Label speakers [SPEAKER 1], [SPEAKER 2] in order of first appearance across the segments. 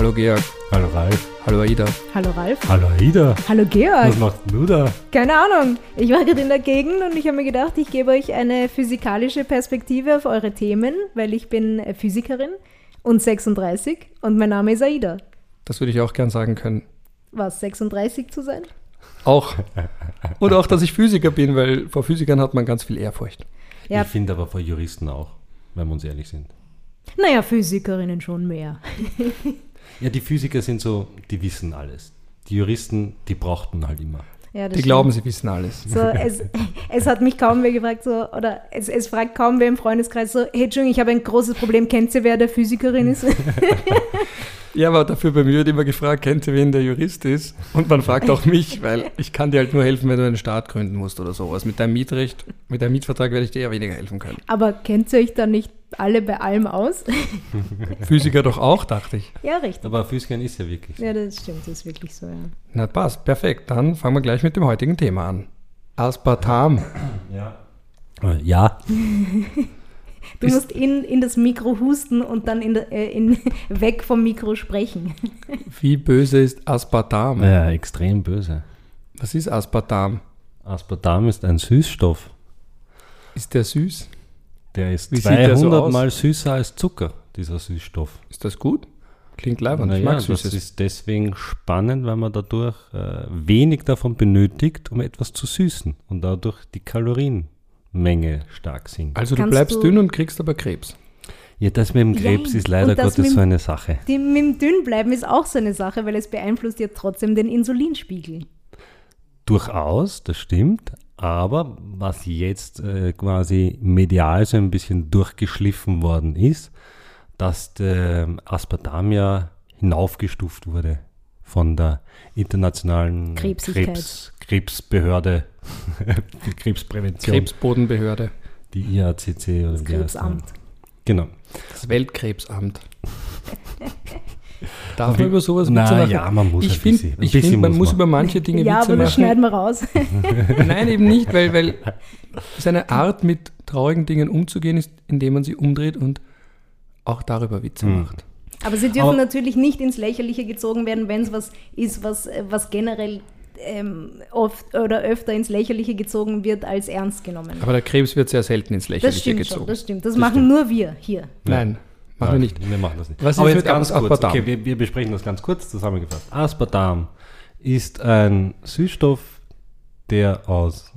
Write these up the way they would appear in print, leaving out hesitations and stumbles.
[SPEAKER 1] Hallo Georg.
[SPEAKER 2] Hallo Ralf.
[SPEAKER 1] Hallo Aida.
[SPEAKER 3] Hallo Ralf.
[SPEAKER 2] Hallo Aida.
[SPEAKER 3] Hallo Georg.
[SPEAKER 2] Was machst du da?
[SPEAKER 3] Keine Ahnung. Ich war gerade in der Gegend und ich habe mir gedacht, ich gebe euch eine physikalische Perspektive auf eure Themen, weil ich bin Physikerin und 36 und mein Name ist Aida.
[SPEAKER 1] Das würde ich auch gern sagen können.
[SPEAKER 3] Was, 36 zu sein?
[SPEAKER 1] Auch. Und auch, dass ich Physiker bin, weil vor Physikern hat man ganz viel Ehrfurcht.
[SPEAKER 3] Ja.
[SPEAKER 2] Ich finde aber vor Juristen auch, wenn wir uns ehrlich sind.
[SPEAKER 3] Naja, Physikerinnen schon mehr.
[SPEAKER 2] Ja, die Physiker sind so, die wissen alles. Die Juristen, die braucht man halt immer.
[SPEAKER 3] Ja,
[SPEAKER 1] die glauben, sie wissen alles.
[SPEAKER 3] So, es hat mich kaum wer gefragt, so, oder es fragt kaum wer im Freundeskreis so, hey Entschuldigung, ich habe ein großes Problem, kennt ihr, wer der Physikerin ist?
[SPEAKER 1] Ja, aber dafür bei mir wird immer gefragt, kennt ihr, wen der Jurist ist? Und man fragt auch mich, weil ich kann dir halt nur helfen, wenn du einen Staat gründen musst oder sowas. Mit deinem Mietrecht, mit deinem Mietvertrag werde ich dir eher weniger helfen können.
[SPEAKER 3] Aber kennt ihr euch dann nicht alle bei allem aus?
[SPEAKER 1] Physiker doch auch, dachte ich.
[SPEAKER 3] Ja, richtig.
[SPEAKER 2] Aber Physikern ist ja wirklich so.
[SPEAKER 3] Ja, das stimmt, das ist wirklich so, ja.
[SPEAKER 1] Na, passt, perfekt. Dann fangen wir gleich mit dem heutigen Thema an. Aspartam.
[SPEAKER 2] Ja. Ja.
[SPEAKER 3] Du musst in das Mikro husten und dann weg vom Mikro sprechen.
[SPEAKER 1] Wie böse ist Aspartam?
[SPEAKER 2] Ja, extrem böse.
[SPEAKER 1] Was ist Aspartam?
[SPEAKER 2] Aspartam ist ein Süßstoff.
[SPEAKER 1] Ist der süß?
[SPEAKER 2] Der ist
[SPEAKER 1] Wie sieht der so
[SPEAKER 2] 200
[SPEAKER 1] aus?
[SPEAKER 2] Mal süßer als Zucker, dieser Süßstoff.
[SPEAKER 1] Ist das gut? Klingt leibend. Ich
[SPEAKER 2] Naja,
[SPEAKER 1] mag
[SPEAKER 2] das
[SPEAKER 1] Süßes.
[SPEAKER 2] ist deswegen spannend, weil man dadurch wenig davon benötigt, um etwas zu süßen und dadurch die Kalorienmenge stark sinkt.
[SPEAKER 1] Also du
[SPEAKER 3] Kannst
[SPEAKER 1] bleibst
[SPEAKER 3] du-
[SPEAKER 1] dünn und kriegst aber Krebs.
[SPEAKER 2] Ja, das mit dem Krebs
[SPEAKER 3] Jein.
[SPEAKER 2] ist leider
[SPEAKER 3] Und das
[SPEAKER 2] Gottes
[SPEAKER 3] mit-
[SPEAKER 2] so eine Sache.
[SPEAKER 3] Mit dem Dünnbleiben ist auch so eine Sache, weil es beeinflusst ja trotzdem den Insulinspiegel.
[SPEAKER 2] Durchaus, das stimmt. Aber was jetzt quasi medial so ein bisschen durchgeschliffen worden ist, dass der Aspartam ja hinaufgestuft wurde von der internationalen
[SPEAKER 3] Krebsigkeit.
[SPEAKER 2] Krebsbehörde für Krebsprävention,
[SPEAKER 1] Krebsbodenbehörde.
[SPEAKER 2] die IACC oder
[SPEAKER 3] Das
[SPEAKER 2] wie heißt
[SPEAKER 3] Krebsamt.
[SPEAKER 2] das? Genau.
[SPEAKER 1] Das Weltkrebsamt. Darf man über sowas
[SPEAKER 2] Na
[SPEAKER 1] Witze machen?
[SPEAKER 2] ja, man muss
[SPEAKER 1] Ich
[SPEAKER 2] ein bisschen.
[SPEAKER 1] finde, ich find, man muss über manche Dinge
[SPEAKER 3] Ja,
[SPEAKER 1] Witze
[SPEAKER 3] aber das
[SPEAKER 1] machen.
[SPEAKER 3] schneiden wir raus.
[SPEAKER 1] Nein, eben nicht, weil seine Art, mit traurigen Dingen umzugehen, ist, indem man sie umdreht und auch darüber Witze macht.
[SPEAKER 3] Aber sie dürfen
[SPEAKER 2] Aber-
[SPEAKER 3] natürlich nicht ins Lächerliche gezogen werden, wenn es was ist, was generell oft oder öfter ins Lächerliche gezogen wird als ernst genommen.
[SPEAKER 1] Aber der Krebs wird sehr selten ins
[SPEAKER 3] Das
[SPEAKER 1] Lächerliche
[SPEAKER 3] stimmt
[SPEAKER 1] gezogen.
[SPEAKER 3] schon, das stimmt. Das machen nur wir hier.
[SPEAKER 1] Nein, machen wir nicht.
[SPEAKER 2] Wir machen das nicht.
[SPEAKER 1] Was ist
[SPEAKER 2] Aber
[SPEAKER 1] mit
[SPEAKER 2] jetzt ganz kurz.
[SPEAKER 1] Aspartam?
[SPEAKER 2] Okay, wir besprechen das ganz kurz zusammengefasst. Aspartam ist ein Süßstoff, der aus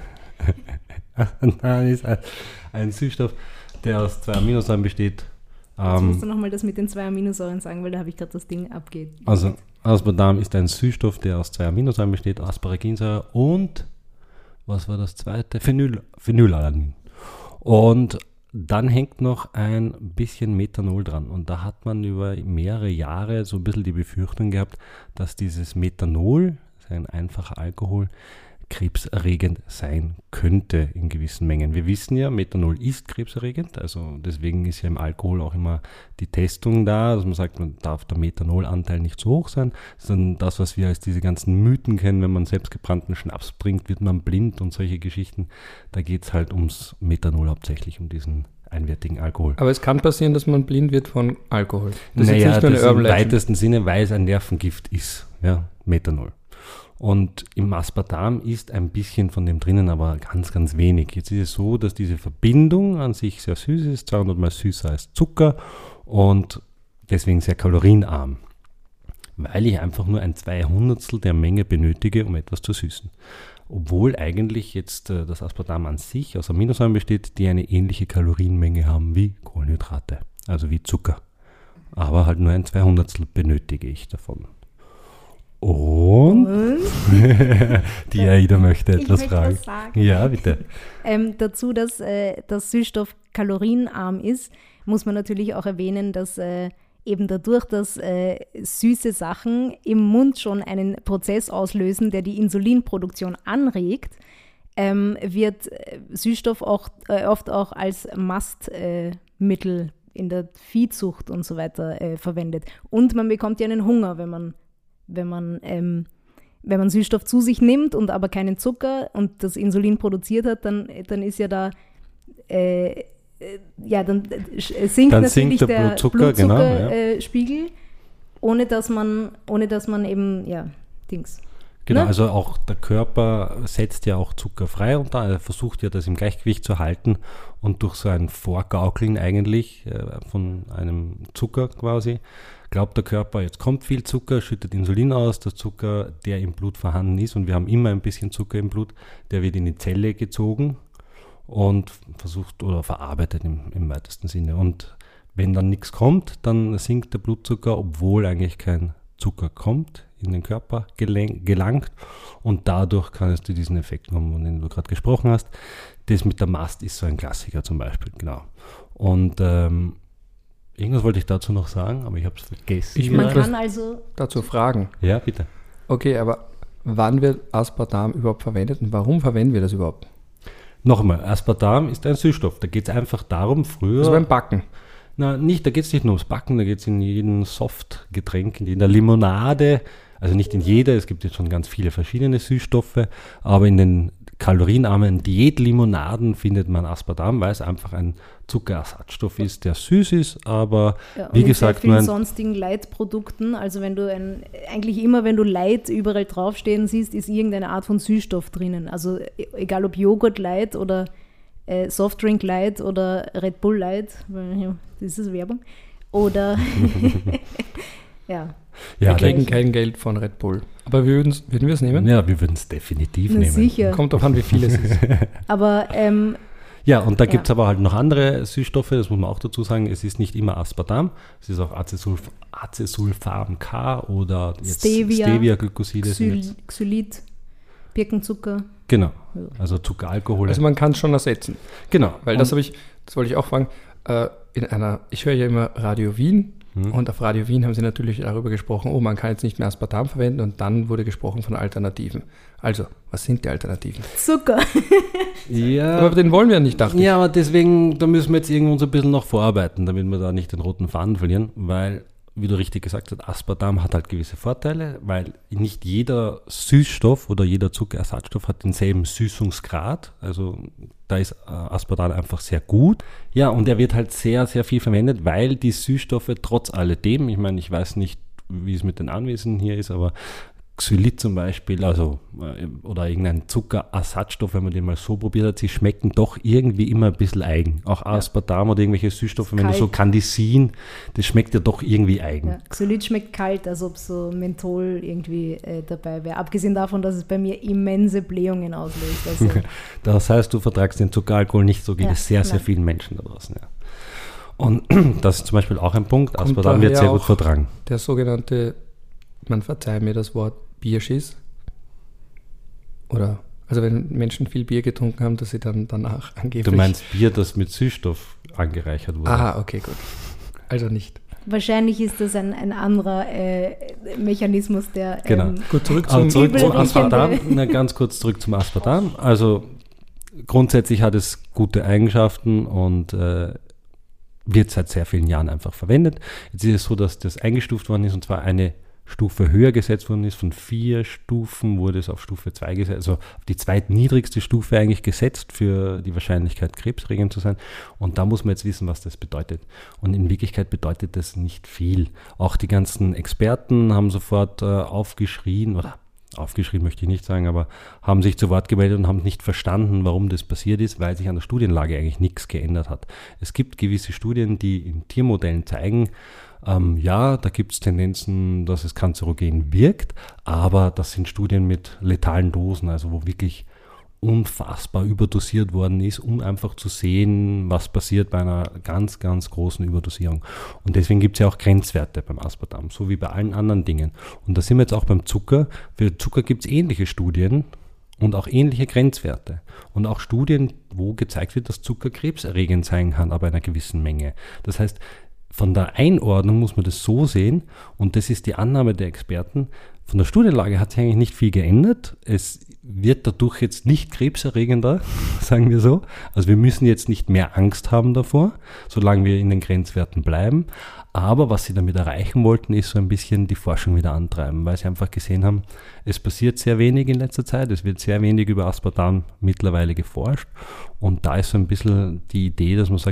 [SPEAKER 2] Nein, ist ein Süßstoff, der aus 2 Aminosäuren besteht.
[SPEAKER 3] Jetzt musst du nochmal das mit den 2 Aminosäuren sagen, weil da habe ich gerade das Ding abgeht.
[SPEAKER 2] Also Aspartam ist ein Süßstoff, der aus 2 Aminosäuren besteht, Asparaginsäure und was war das zweite? Phenylalanin. Und dann hängt noch ein bisschen Methanol dran. Und da hat man über mehrere Jahre so ein bisschen die Befürchtung gehabt, dass dieses Methanol, das ist ein einfacher Alkohol, krebserregend sein könnte in gewissen Mengen. Wir wissen ja, Methanol ist krebserregend, also deswegen ist ja im Alkohol auch immer die Testung da, dass man sagt, man darf der Methanolanteil nicht so hoch sein, sondern das, was wir als diese ganzen Mythen kennen, wenn man selbstgebrannten Schnaps trinkt, wird man blind und solche Geschichten. Da geht es halt ums Methanol hauptsächlich, um diesen einwertigen Alkohol.
[SPEAKER 1] Aber es kann passieren, dass man blind wird von Alkohol. Das ist
[SPEAKER 2] Naja,
[SPEAKER 1] jetzt nicht nur eine
[SPEAKER 2] das im
[SPEAKER 1] Urban Legend.
[SPEAKER 2] weitesten Sinne, weil es ein Nervengift ist, ja, Methanol. Und im Aspartam ist ein bisschen von dem drinnen, aber ganz, ganz wenig. Jetzt ist es so, dass diese Verbindung an sich sehr süß ist, 200 Mal süßer als Zucker und deswegen sehr kalorienarm, weil ich einfach nur ein 200stel der Menge benötige, um etwas zu süßen. Obwohl eigentlich jetzt das Aspartam an sich aus Aminosäuren besteht, die eine ähnliche Kalorienmenge haben wie Kohlenhydrate, also wie Zucker. Aber halt nur ein 200stel benötige ich davon. Und die Aida möchte etwas
[SPEAKER 3] möchte
[SPEAKER 2] fragen.
[SPEAKER 3] was sagen.
[SPEAKER 2] Ja, bitte.
[SPEAKER 3] Dazu, dass das Süßstoff kalorienarm ist, muss man natürlich auch erwähnen, dass eben dadurch, dass süße Sachen im Mund schon einen Prozess auslösen, der die Insulinproduktion anregt, wird Süßstoff auch, oft auch als Mastmittel in der Viehzucht und so weiter verwendet. Und man bekommt ja einen Hunger, wenn man Süßstoff zu sich nimmt und aber keinen Zucker und das Insulin produziert hat, dann ist ja da dann sinkt
[SPEAKER 2] Dann
[SPEAKER 3] natürlich
[SPEAKER 2] sinkt der Blutzucker, genau, ja.
[SPEAKER 3] Spiegel ohne dass man eben, Dings.
[SPEAKER 2] Genau,
[SPEAKER 3] Ne?
[SPEAKER 2] also auch der Körper setzt ja auch Zucker frei und er versucht ja das im Gleichgewicht zu halten und durch so ein Vorgaukeln eigentlich von einem Zucker quasi, glaubt der Körper, jetzt kommt viel Zucker, schüttet Insulin aus, der Zucker, der im Blut vorhanden ist und wir haben immer ein bisschen Zucker im Blut, der wird in die Zelle gezogen und versucht oder verarbeitet im weitesten Sinne. Und wenn dann nichts kommt, dann sinkt der Blutzucker, obwohl eigentlich kein Zucker kommt, in den Körper gelangt und dadurch kann es zu diesen Effekten kommen, von denen du gerade gesprochen hast. Das mit der Mast ist so ein Klassiker zum Beispiel, genau. Und irgendwas wollte ich dazu noch sagen, aber ich habe es vergessen.
[SPEAKER 3] Man kann also
[SPEAKER 1] dazu fragen.
[SPEAKER 2] Ja, bitte.
[SPEAKER 1] Okay, aber wann wird Aspartam überhaupt verwendet und warum verwenden wir das überhaupt?
[SPEAKER 2] Nochmal, Aspartam ist ein Süßstoff. Da geht es einfach darum, früher...
[SPEAKER 1] Also beim Backen.
[SPEAKER 2] Da geht es nicht nur ums Backen, da geht es in jedem Softgetränk, in jeder Limonade, also nicht in jeder, es gibt jetzt schon ganz viele verschiedene Süßstoffe, aber in den kalorienarmen Diätlimonaden findet man Aspartam, weil es einfach ein Zuckerersatzstoff ist, der süß ist, aber wie gesagt...
[SPEAKER 3] Und in sonstigen Leitprodukten, also wenn du eigentlich immer, wenn du Light überall draufstehen siehst, ist irgendeine Art von Süßstoff drinnen. Also egal ob Joghurt Light oder Softdrink Light oder Red Bull Light, das ist Werbung, oder
[SPEAKER 1] wir kriegen kein Geld von Red Bull. Aber würden wir es nehmen?
[SPEAKER 2] Ja, wir würden es definitiv nehmen.
[SPEAKER 3] Sicher.
[SPEAKER 1] Kommt drauf an, wie viel es ist.
[SPEAKER 3] Aber
[SPEAKER 2] ja, und da gibt es aber halt noch andere Süßstoffe, das muss man auch dazu sagen, es ist nicht immer Aspartam, es ist auch Acesulfam K oder jetzt Stevia-Glycoside.
[SPEAKER 3] Xylit, Birkenzucker.
[SPEAKER 2] Genau, also Zuckeralkohol.
[SPEAKER 1] Also man kann es schon ersetzen.
[SPEAKER 2] Genau.
[SPEAKER 1] Weil das wollte ich auch fragen, ich höre ja immer Radio Wien und auf Radio Wien haben sie natürlich darüber gesprochen, man kann jetzt nicht mehr Aspartam verwenden und dann wurde gesprochen von Alternativen. Also, was sind die Alternativen?
[SPEAKER 3] Zucker.
[SPEAKER 2] Ja.
[SPEAKER 1] Aber den wollen wir nicht, dachte ich.
[SPEAKER 2] Ja, aber deswegen, da müssen wir jetzt irgendwo so ein bisschen noch vorarbeiten, damit wir da nicht den roten Faden verlieren, weil, wie du richtig gesagt hast, Aspartam hat halt gewisse Vorteile, weil nicht jeder Süßstoff oder jeder Zuckerersatzstoff hat denselben Süßungsgrad. Also da ist Aspartam einfach sehr gut. Ja, und er wird halt sehr, sehr viel verwendet, weil die Süßstoffe trotz alledem, ich meine, ich weiß nicht, wie es mit den Anwesenden hier ist, aber Xylit zum Beispiel, also oder irgendein Zuckerersatzstoff, wenn man den mal so probiert hat, sie schmecken doch irgendwie immer ein bisschen eigen. Auch Aspartam oder irgendwelche Süßstoffe, wenn du so Candisin, das schmeckt ja doch irgendwie eigen.
[SPEAKER 3] Ja, Xylit schmeckt kalt, als ob so Menthol irgendwie dabei wäre. Abgesehen davon, dass es bei mir immense Blähungen auslöst. Also
[SPEAKER 2] das heißt, du vertragst den Zuckeralkohol nicht, so geht es sehr, sehr vielen Menschen da draußen. Ja. Und das ist zum Beispiel auch ein Punkt, Aspartam wird sehr gut vertragen.
[SPEAKER 1] Der sogenannte, man verzeiht mir das Wort, Bierschiss. Oder, also wenn Menschen viel Bier getrunken haben, dass sie dann danach angeblich...
[SPEAKER 2] Du meinst Bier, das mit Süßstoff angereichert wurde?
[SPEAKER 1] Aha, okay, gut. Also nicht.
[SPEAKER 3] Wahrscheinlich ist das ein anderer Mechanismus, der...
[SPEAKER 2] Genau.
[SPEAKER 1] Gut, zurück
[SPEAKER 2] zum Aspartam. Ganz kurz zurück zum Aspartam. Also grundsätzlich hat es gute Eigenschaften und wird seit sehr vielen Jahren einfach verwendet. Jetzt ist es so, dass das eingestuft worden ist und zwar eine Stufe höher gesetzt worden ist. Von 4 Stufen wurde es auf Stufe 2 gesetzt, also auf die zweitniedrigste Stufe eigentlich gesetzt für die Wahrscheinlichkeit, krebserregend zu sein. Und da muss man jetzt wissen, was das bedeutet. Und in Wirklichkeit bedeutet das nicht viel. Auch die ganzen Experten haben sofort aufgeschrien möchte ich nicht sagen, aber haben sich zu Wort gemeldet und haben nicht verstanden, warum das passiert ist, weil sich an der Studienlage eigentlich nichts geändert hat. Es gibt gewisse Studien, die in Tiermodellen zeigen, da gibt es Tendenzen, dass es kanzerogen wirkt, aber das sind Studien mit letalen Dosen, also wo wirklich unfassbar überdosiert worden ist, um einfach zu sehen, was passiert bei einer ganz, ganz großen Überdosierung. Und deswegen gibt es ja auch Grenzwerte beim Aspartam, so wie bei allen anderen Dingen. Und da sind wir jetzt auch beim Zucker. Für Zucker gibt es ähnliche Studien und auch ähnliche Grenzwerte. Und auch Studien, wo gezeigt wird, dass Zucker krebserregend sein kann, aber in einer gewissen Menge. Das heißt, von der Einordnung muss man das so sehen, und das ist die Annahme der Experten, von der Studienlage hat sich eigentlich nicht viel geändert. Es wird dadurch jetzt nicht krebserregender, sagen wir so. Also wir müssen jetzt nicht mehr Angst haben davor, solange wir in den Grenzwerten bleiben. Aber was sie damit erreichen wollten, ist so ein bisschen die Forschung wieder antreiben, weil sie einfach gesehen haben, es passiert sehr wenig in letzter Zeit. Es wird sehr wenig über Aspartam mittlerweile geforscht. Und da ist so ein bisschen die Idee, dass man sagt,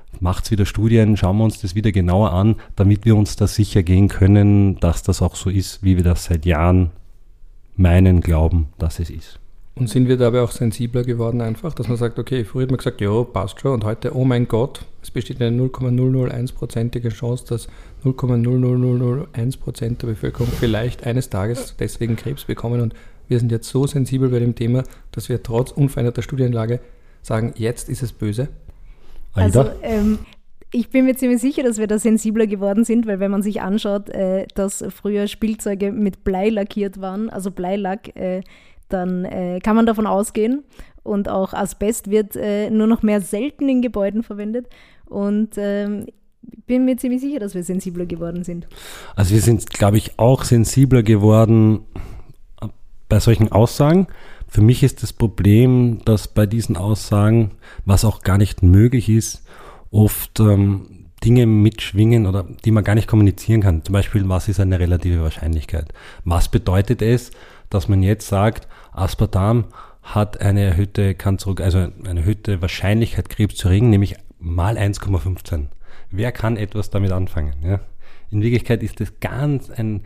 [SPEAKER 2] macht's wieder Studien, schauen wir uns das wieder genauer an, damit wir uns da sicher gehen können, dass das auch so ist, wie wir das seit Jahren meinen, glauben, dass es ist.
[SPEAKER 1] Und sind wir dabei auch sensibler geworden einfach, dass man sagt, okay, früher hat man gesagt, ja, passt schon, und heute, oh mein Gott, es besteht eine 0,001%ige Chance, dass 0,00001% der Bevölkerung vielleicht eines Tages deswegen Krebs bekommen, und wir sind jetzt so sensibel bei dem Thema, dass wir trotz unveränderter Studienlage sagen, jetzt ist es böse.
[SPEAKER 3] Also ich bin mir ziemlich sicher, dass wir da sensibler geworden sind, weil wenn man sich anschaut, dass früher Spielzeuge mit Blei lackiert waren, also Bleilack, dann kann man davon ausgehen, und auch Asbest wird nur noch mehr selten in Gebäuden verwendet, und bin mir ziemlich sicher, dass wir sensibler geworden sind.
[SPEAKER 2] Also wir sind, glaube ich, auch sensibler geworden bei solchen Aussagen. Für mich ist das Problem, dass bei diesen Aussagen, was auch gar nicht möglich ist, oft Dinge mitschwingen oder die man gar nicht kommunizieren kann. Zum Beispiel, was ist eine relative Wahrscheinlichkeit? Was bedeutet es, dass man jetzt sagt, Aspartam hat eine erhöhte Wahrscheinlichkeit, Krebs zu erregen, nämlich mal 1,15. Wer kann etwas damit anfangen? Ja? In Wirklichkeit ist das ganz eine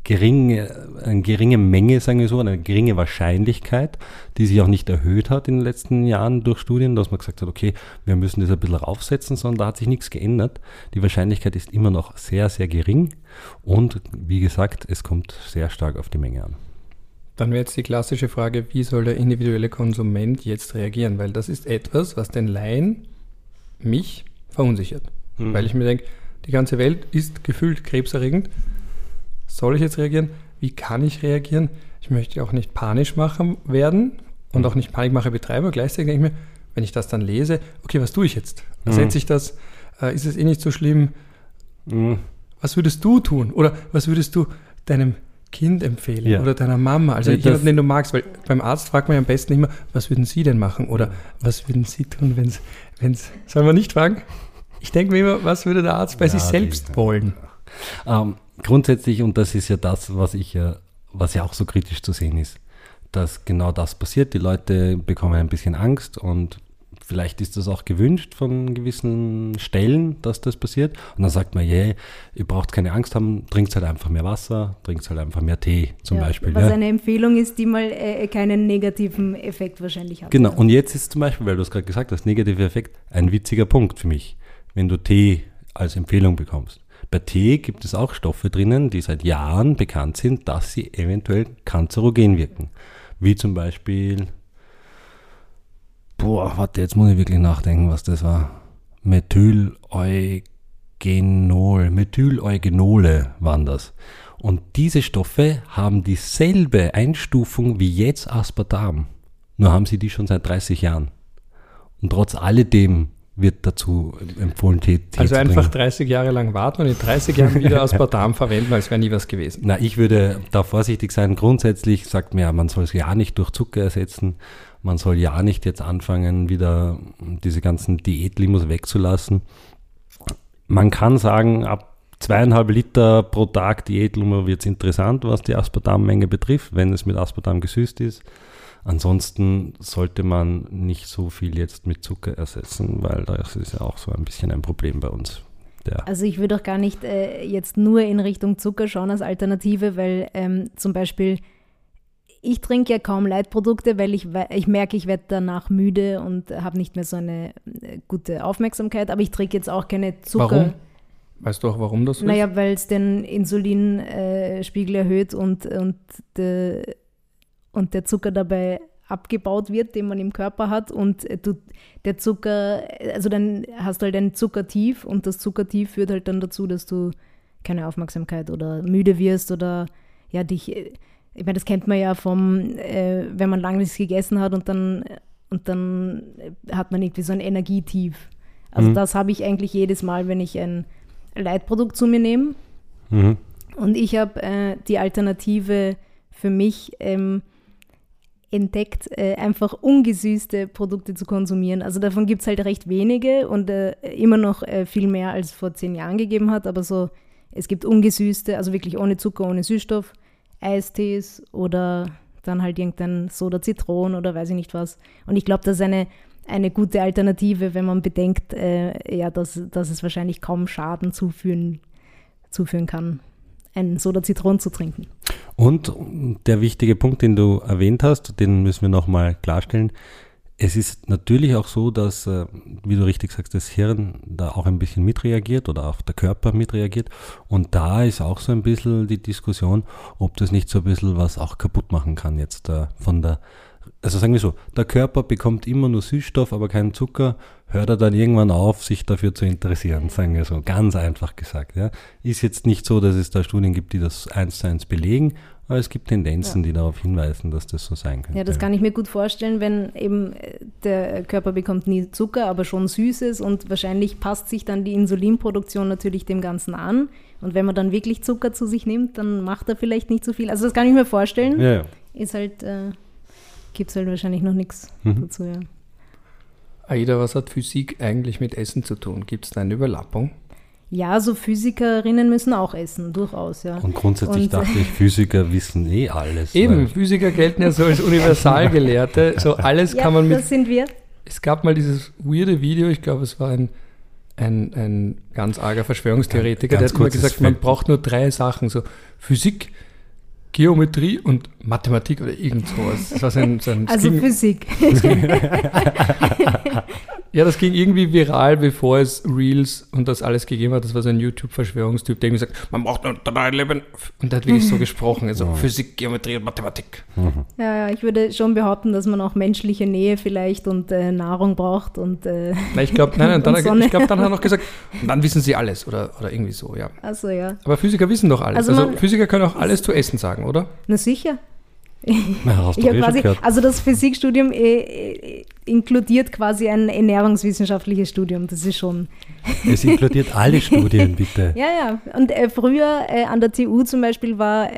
[SPEAKER 2] geringe Menge, sagen wir so, eine geringe Wahrscheinlichkeit, die sich auch nicht erhöht hat in den letzten Jahren durch Studien, dass man gesagt hat, okay, wir müssen das ein bisschen raufsetzen, sondern da hat sich nichts geändert. Die Wahrscheinlichkeit ist immer noch sehr, sehr gering, und wie gesagt, es kommt sehr stark auf die Menge an.
[SPEAKER 1] Dann wäre jetzt die klassische Frage, wie soll der individuelle Konsument jetzt reagieren? Weil das ist etwas, was den Laien, mich, verunsichert. Weil ich mir denke, die ganze Welt ist gefühlt krebserregend. Soll ich jetzt reagieren? Wie kann ich reagieren? Ich möchte auch nicht panisch machen werden und auch nicht Panikmache betreiben. Aber gleichzeitig denke ich mir, wenn ich das dann lese, okay, was tue ich jetzt? Ersetze ich das? Ist es eh nicht so schlimm? Was würdest du tun? Oder was würdest du deinem Kind empfehlen oder deiner Mama? Also jemanden, den du magst, weil beim Arzt fragt man ja am besten immer, was würden Sie denn machen? Oder was würden Sie tun, wenn es sollen wir nicht fragen? Ich denke mir immer, was würde der Arzt bei sich selbst wollen?
[SPEAKER 2] Grundsätzlich, und das ist ja das, was ja auch so kritisch zu sehen ist, dass genau das passiert. Die Leute bekommen ein bisschen Angst, und vielleicht ist das auch gewünscht von gewissen Stellen, dass das passiert. Und dann sagt man, ihr braucht keine Angst haben, trinkt halt einfach mehr Wasser, trinkt halt einfach mehr Tee zum Beispiel.
[SPEAKER 3] Was eine Empfehlung ist, die mal keinen negativen Effekt wahrscheinlich hat.
[SPEAKER 2] Genau, und jetzt ist zum Beispiel, weil du es gerade gesagt hast, negativer Effekt, ein witziger Punkt für mich, wenn du Tee als Empfehlung bekommst. Bei Tee gibt es auch Stoffe drinnen, die seit Jahren bekannt sind, dass sie eventuell kanzerogen wirken. Wie zum Beispiel, jetzt muss ich wirklich nachdenken, was das war. Methyleugenole waren das. Und diese Stoffe haben dieselbe Einstufung wie jetzt Aspartam. Nur haben sie die schon seit 30 Jahren. Und trotz alledem wird dazu empfohlen, Tee
[SPEAKER 1] also
[SPEAKER 2] zu
[SPEAKER 1] einfach
[SPEAKER 2] trinken.
[SPEAKER 1] 30 Jahre lang warten und in 30 Jahren wieder Aspartam verwenden, als wäre nie was gewesen.
[SPEAKER 2] Na, ich würde da vorsichtig sein. Grundsätzlich sagt man ja, man soll es ja nicht durch Zucker ersetzen. Man soll ja nicht jetzt anfangen, wieder diese ganzen Diätlimos wegzulassen. Man kann sagen, ab 2,5 Liter pro Tag Diätlimo wird es interessant, was die Aspartammenge betrifft, wenn es mit Aspartam gesüßt ist. Ansonsten sollte man nicht so viel jetzt mit Zucker ersetzen, weil das ist ja auch so ein bisschen ein Problem bei uns.
[SPEAKER 3] Also ich würde auch gar nicht jetzt nur in Richtung Zucker schauen als Alternative, weil zum Beispiel ich trinke ja kaum Leitprodukte, weil ich merke, ich werde danach müde und habe nicht mehr so eine gute Aufmerksamkeit, aber ich trinke jetzt auch keine Zucker.
[SPEAKER 1] Warum? Weißt du auch, warum das so ist?
[SPEAKER 3] Naja, weil es den Insulinspiegel erhöht und der Zucker dabei abgebaut wird, den man im Körper hat, und der Zucker, also dann hast du halt ein Zuckertief, und das Zuckertief führt halt dann dazu, dass du keine Aufmerksamkeit oder müde wirst oder ja dich, ich meine, das kennt man ja wenn man lange nichts gegessen hat und dann hat man irgendwie so ein Energietief. Also das habe ich eigentlich jedes Mal, wenn ich ein Leitprodukt zu mir nehme. Und ich habe die Alternative für mich entdeckt, einfach ungesüßte Produkte zu konsumieren. Also davon gibt es halt recht wenige und immer noch viel mehr als vor 10 Jahren gegeben hat, aber so, es gibt ungesüßte, also wirklich ohne Zucker, ohne Süßstoff, Eistees oder dann halt irgendein Soda Zitron oder weiß ich nicht was. Und ich glaube, das ist eine eine gute Alternative, wenn man bedenkt, dass es wahrscheinlich kaum Schaden zuführen kann, einen Soda Zitron zu trinken.
[SPEAKER 2] Und der wichtige Punkt, den du erwähnt hast, den müssen wir nochmal klarstellen. Es ist natürlich auch so, dass, wie du richtig sagst, das Hirn da auch ein bisschen mitreagiert oder auch der Körper mitreagiert. Und da ist auch so ein bisschen die Diskussion, ob das nicht so ein bisschen was auch kaputt machen kann jetzt also sagen wir so, der Körper bekommt immer nur Süßstoff, aber keinen Zucker, hört er dann irgendwann auf, sich dafür zu interessieren, sagen wir so, ganz einfach gesagt. Ja. Ist jetzt nicht so, dass es da Studien gibt, die das 1:1 belegen, aber es gibt Tendenzen, die darauf hinweisen, dass das so sein könnte.
[SPEAKER 3] Ja, das kann ich mir gut vorstellen, wenn eben der Körper bekommt nie Zucker, aber schon Süßes und wahrscheinlich passt sich dann die Insulinproduktion natürlich dem Ganzen an. Und wenn man dann wirklich Zucker zu sich nimmt, dann macht er vielleicht nicht so viel. Also das kann ich mir vorstellen.
[SPEAKER 2] Ja.
[SPEAKER 3] Ist halt, gibt es halt wahrscheinlich noch nichts dazu, ja.
[SPEAKER 1] Aida, was hat Physik eigentlich mit Essen zu tun? Gibt es da eine Überlappung?
[SPEAKER 3] Ja, so Physikerinnen müssen auch essen, durchaus, ja.
[SPEAKER 2] Und grundsätzlich dachte ich, Physiker wissen alles.
[SPEAKER 1] Eben, Physiker gelten ja so als Universalgelehrte. So alles
[SPEAKER 3] ja,
[SPEAKER 1] kann man mit...
[SPEAKER 3] das sind wir.
[SPEAKER 1] Es gab mal dieses weirde Video, ich glaube, es war ein ganz arger Verschwörungstheoretiker,
[SPEAKER 2] Ganz
[SPEAKER 1] der hat immer gesagt, man braucht nur 3 Sachen, so Physik, Geometrie und Mathematik oder irgend sowas. Das war
[SPEAKER 3] Also Physik.
[SPEAKER 1] Ja, das ging irgendwie viral, bevor es Reels und das alles gegeben hat. Das war so ein YouTube-Verschwörungstyp, der irgendwie sagt, man braucht nur 3 Leben. Und der hat wirklich so gesprochen, also Physik, Geometrie und Mathematik.
[SPEAKER 3] Ja, ich würde schon behaupten, dass man auch menschliche Nähe vielleicht und Nahrung braucht und
[SPEAKER 1] Ich glaube, dann hat er noch gesagt, dann wissen sie alles oder irgendwie so, ja.
[SPEAKER 3] Ach so, ja.
[SPEAKER 1] Aber Physiker wissen doch alles.
[SPEAKER 3] Also
[SPEAKER 1] Also Physiker können auch alles zu essen sagen, oder?
[SPEAKER 3] Na sicher.
[SPEAKER 2] hast du
[SPEAKER 3] Ich habe
[SPEAKER 2] schon gehört.
[SPEAKER 3] also das Physikstudium inkludiert quasi ein ernährungswissenschaftliches Studium, das ist schon.
[SPEAKER 2] Es inkludiert alle Studien, bitte.
[SPEAKER 3] Ja. Und früher an der TU zum Beispiel war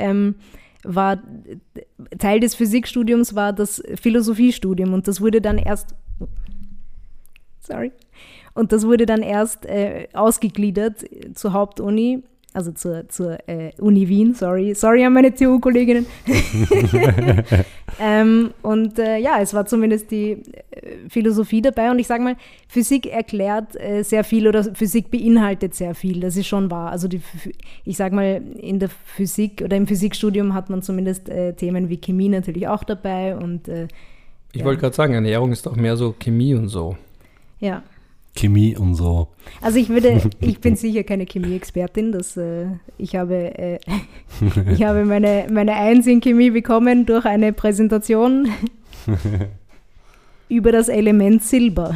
[SPEAKER 3] Teil des Physikstudiums war das Philosophiestudium und das wurde dann erst ausgegliedert zur Hauptuni. Also zur Uni Wien, sorry an meine TU-Kolleginnen. Es war zumindest die Philosophie dabei und ich sage mal, Physik erklärt sehr viel oder Physik beinhaltet sehr viel, das ist schon wahr. Also ich sage mal, in der Physik oder im Physikstudium hat man zumindest Themen wie Chemie natürlich auch dabei und
[SPEAKER 1] Ich wollte gerade sagen, Ernährung ist doch mehr so Chemie und so.
[SPEAKER 3] Ja.
[SPEAKER 2] Chemie und so.
[SPEAKER 3] Also ich bin sicher keine Chemie-Expertin. Ich habe meine 1 in Chemie bekommen durch eine Präsentation über das Element Silber.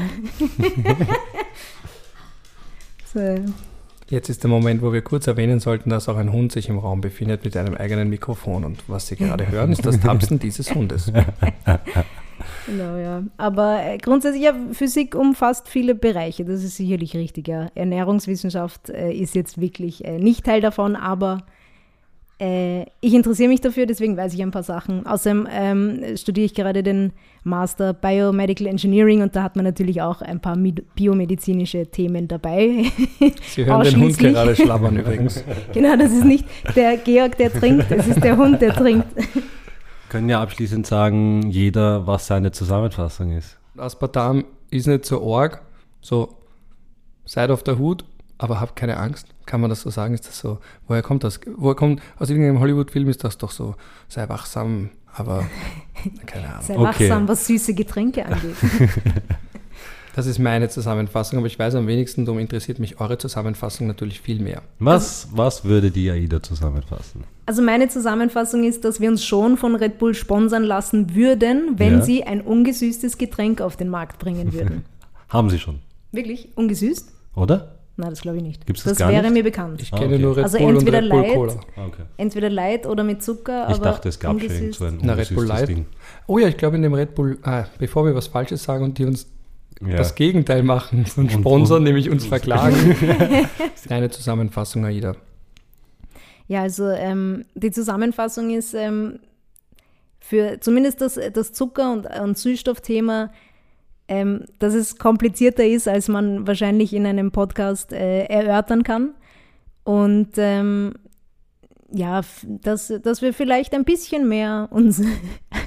[SPEAKER 1] Jetzt ist der Moment, wo wir kurz erwähnen sollten, dass auch ein Hund sich im Raum befindet mit einem eigenen Mikrofon. Und was Sie gerade hören, ist das Tapsen dieses Hundes.
[SPEAKER 3] Genau, ja. Aber grundsätzlich, ja, Physik umfasst viele Bereiche, das ist sicherlich richtig, ja. Ernährungswissenschaft ist jetzt wirklich nicht Teil davon, aber ich interessiere mich dafür, deswegen weiß ich ein paar Sachen. Außerdem studiere ich gerade den Master Biomedical Engineering und da hat man natürlich auch ein paar biomedizinische Themen dabei.
[SPEAKER 1] Sie hören den Hund gerade schlabbern übrigens.
[SPEAKER 3] Genau, das ist nicht der Georg, der trinkt, es ist der Hund, der trinkt.
[SPEAKER 2] Können ja abschließend sagen, jeder, was seine Zusammenfassung ist.
[SPEAKER 1] Aspartam ist nicht so arg, so seid auf der Hut, aber habt keine Angst. Kann man das so sagen? Ist das so? Woher kommt das? Aus irgendeinem Hollywood-Film ist das doch so, sei wachsam, aber keine Ahnung.
[SPEAKER 3] Sei wachsam, was süße Getränke angeht.
[SPEAKER 1] Das ist meine Zusammenfassung, aber ich weiß am wenigsten, darum interessiert mich eure Zusammenfassung natürlich viel mehr.
[SPEAKER 2] Was würde die AIDA zusammenfassen?
[SPEAKER 3] Also meine Zusammenfassung ist, dass wir uns schon von Red Bull sponsern lassen würden, wenn sie ein ungesüßtes Getränk auf den Markt bringen würden.
[SPEAKER 2] Haben sie schon.
[SPEAKER 3] Wirklich? Ungesüßt?
[SPEAKER 2] Oder?
[SPEAKER 3] Nein, das glaube ich nicht.
[SPEAKER 2] Gibt's
[SPEAKER 3] das
[SPEAKER 2] gar
[SPEAKER 3] wäre
[SPEAKER 2] nicht?
[SPEAKER 3] mir bekannt.
[SPEAKER 1] Ich kenne nur Red Bull und Red Bull Cola.
[SPEAKER 3] Entweder Light oder mit Zucker,
[SPEAKER 2] ich dachte, es gab schon so ein
[SPEAKER 1] Red Bull Light. Ding. Oh ja, ich glaube in dem Red Bull, bevor wir was Falsches sagen und die uns das Gegenteil machen und sponsern, nämlich uns verklagen. Eine Zusammenfassung, AIDA.
[SPEAKER 3] Ja, also die Zusammenfassung ist für zumindest das Zucker- und Süßstoffthema, dass es komplizierter ist, als man wahrscheinlich in einem Podcast erörtern kann. Und dass wir vielleicht ein bisschen mehr uns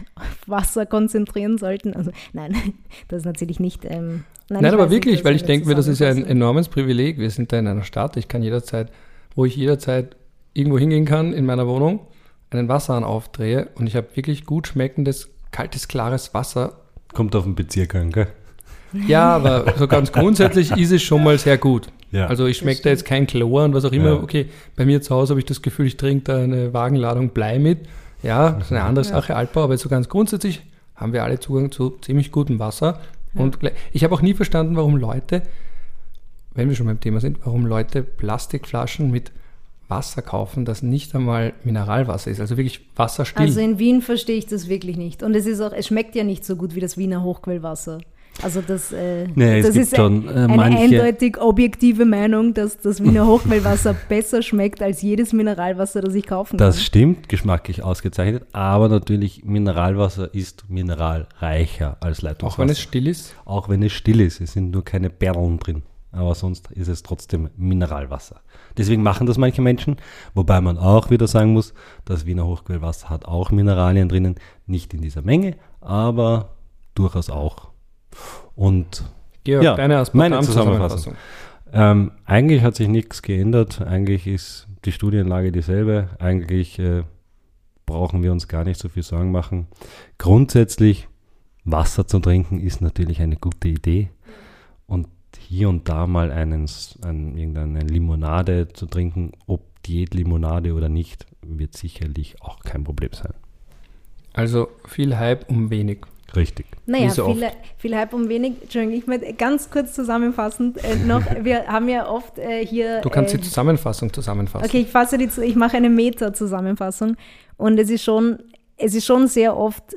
[SPEAKER 3] Wasser konzentrieren sollten. Also nein, das ist natürlich nicht.
[SPEAKER 1] Nein, aber wirklich, weil ich denke mir, das ist ja ein enormes Privileg. Wir sind da in einer Stadt, ich kann jederzeit irgendwo hingehen kann in meiner Wohnung, einen Wasserhahn aufdrehe und ich habe wirklich gut schmeckendes, kaltes, klares Wasser.
[SPEAKER 2] Kommt auf den Bezirk an, gell?
[SPEAKER 1] Ja, aber so ganz grundsätzlich ist es schon mal sehr gut.
[SPEAKER 2] Ja.
[SPEAKER 1] Also ich schmecke da jetzt kein Chlor und was auch immer.
[SPEAKER 2] Ja.
[SPEAKER 1] Okay, bei mir zu Hause habe ich das Gefühl, ich trinke da eine Wagenladung Blei mit. Ja, das ist eine andere Sache, Altbau, aber so ganz grundsätzlich haben wir alle Zugang zu ziemlich gutem Wasser. Ja. Und ich habe auch nie verstanden, warum Leute, wenn wir schon beim Thema sind, warum Leute Plastikflaschen mit Wasser kaufen, das nicht einmal Mineralwasser ist, also wirklich wasserstill.
[SPEAKER 3] Also in Wien verstehe ich das wirklich nicht. Und es schmeckt ja nicht so gut wie das Wiener Hochquellwasser. Also das ist eine eindeutig objektive Meinung, dass das Wiener Hochquellwasser besser schmeckt als jedes Mineralwasser, das ich kaufen kann.
[SPEAKER 2] Das stimmt, geschmacklich ausgezeichnet, aber natürlich Mineralwasser ist mineralreicher als Leitungswasser.
[SPEAKER 1] Auch wenn es still ist?
[SPEAKER 2] Auch wenn es still ist, es sind nur keine Perlen drin, aber sonst ist es trotzdem Mineralwasser. Deswegen machen das manche Menschen, wobei man auch wieder sagen muss, das Wiener Hochquellwasser hat auch Mineralien drinnen, nicht in dieser Menge, aber durchaus auch. Und
[SPEAKER 1] Georg,
[SPEAKER 2] meine Zusammenfassung. Eigentlich hat sich nichts geändert. Eigentlich ist die Studienlage dieselbe. Eigentlich brauchen wir uns gar nicht so viel Sorgen machen. Grundsätzlich, Wasser zu trinken ist natürlich eine gute Idee. Und hier und da mal irgendeine Limonade zu trinken, ob Diätlimonade oder nicht, wird sicherlich auch kein Problem sein.
[SPEAKER 1] Also viel Hype um wenig.
[SPEAKER 2] Richtig.
[SPEAKER 3] Naja, viel Hype um wenig. Entschuldigung, ich möchte ganz kurz zusammenfassend noch, wir haben ja oft hier...
[SPEAKER 1] Du kannst die Zusammenfassung zusammenfassen.
[SPEAKER 3] Okay, ich mache eine Meta-Zusammenfassung und es ist schon sehr oft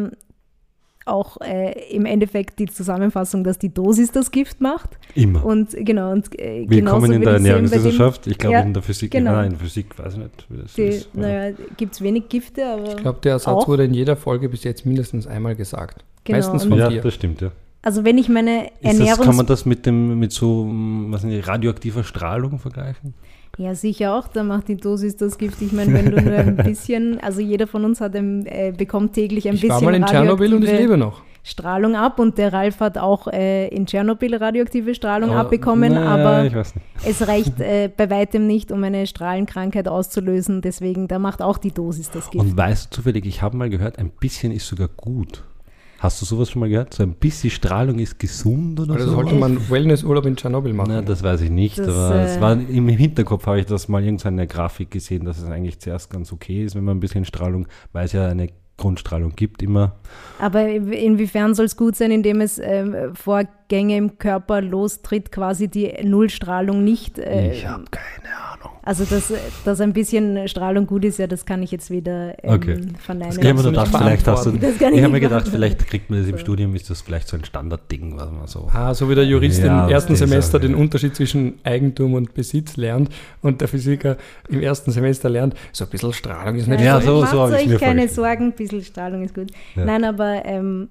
[SPEAKER 3] auch im Endeffekt die Zusammenfassung, dass die Dosis das Gift macht.
[SPEAKER 2] Immer.
[SPEAKER 3] Und genau. Und,
[SPEAKER 2] willkommen in der Ernährungswissenschaft. Ich glaube in der Physik,
[SPEAKER 3] genau.
[SPEAKER 2] Nein, in der Physik weiß ich nicht, wie das ist.
[SPEAKER 3] Naja, gibt es wenig Gifte, aber
[SPEAKER 1] ich glaube, der Satz wurde in jeder Folge bis jetzt mindestens einmal gesagt.
[SPEAKER 3] Genau.
[SPEAKER 1] Meistens von dir.
[SPEAKER 2] Ja, das stimmt, ja.
[SPEAKER 3] Also wenn ich meine
[SPEAKER 2] Kann man das mit so radioaktiver Strahlung vergleichen?
[SPEAKER 3] Ja, sicher auch, da macht die Dosis das Gift. Ich meine, wenn du nur ein bisschen, also jeder von uns bekommt täglich ein bisschen
[SPEAKER 1] Ich war mal in Tschernobyl und ich lebe noch.
[SPEAKER 3] Strahlung ab und der Ralf hat auch in Tschernobyl radioaktive Strahlung abbekommen, aber es reicht bei weitem nicht, um eine Strahlenkrankheit auszulösen, deswegen, da macht auch die Dosis das Gift.
[SPEAKER 2] Und weißt du zufällig, ich habe mal gehört, ein bisschen ist sogar gut. Hast du sowas schon mal gehört? So ein bisschen Strahlung ist gesund oder so?
[SPEAKER 1] Also sollte man Wellnessurlaub in Tschernobyl machen?
[SPEAKER 2] Na, das weiß ich nicht, aber es war im Hinterkopf, habe ich das mal irgendeine Grafik gesehen, dass es eigentlich zuerst ganz okay ist, wenn man ein bisschen Strahlung, weil es ja eine Grundstrahlung gibt immer.
[SPEAKER 3] Aber inwiefern soll es gut sein, indem es Vorgänge im Körper lostritt, quasi die Nullstrahlung nicht?
[SPEAKER 2] Ich habe keine Ahnung.
[SPEAKER 3] Also, dass ein bisschen Strahlung gut ist, ja, das kann ich jetzt wieder verneinen.
[SPEAKER 2] Das ich habe mir gedacht, vielleicht kriegt man das im Studium, ist das vielleicht so ein Standardding, was man so...
[SPEAKER 1] so wie der Jurist im ersten Semester den Unterschied zwischen Eigentum und Besitz lernt und der Physiker im ersten Semester lernt, so ein bisschen Strahlung ist nicht
[SPEAKER 3] schlecht. So habe ich mir keine Sorgen, ein bisschen Strahlung ist gut. Ja. Nein, aber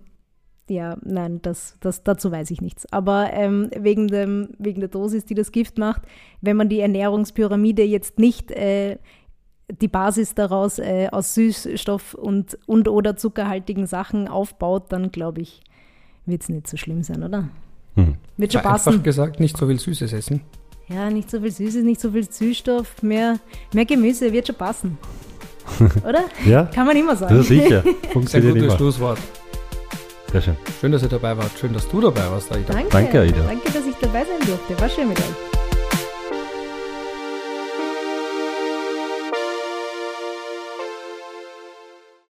[SPEAKER 3] dazu weiß ich nichts. Aber wegen der Dosis, die das Gift macht, wenn man die Ernährungspyramide jetzt nicht die Basis daraus aus Süßstoff und oder zuckerhaltigen Sachen aufbaut, dann glaube ich, wird es nicht so schlimm sein, oder? Wird schon passen.
[SPEAKER 1] Einfach gesagt, nicht so viel Süßes essen.
[SPEAKER 3] Ja, nicht so viel Süßes, nicht so viel Süßstoff, mehr Gemüse, wird schon passen. Oder?
[SPEAKER 2] Ja.
[SPEAKER 3] Kann man immer sagen.
[SPEAKER 2] Ja, sicher.
[SPEAKER 1] Funktioniert ein gutes Schlusswort.
[SPEAKER 2] Sehr schön.
[SPEAKER 1] Schön, dass ihr dabei wart. Schön, dass du dabei warst, Aida.
[SPEAKER 3] Danke,
[SPEAKER 2] Aida.
[SPEAKER 3] Danke, dass ich dabei sein durfte. War schön mit euch.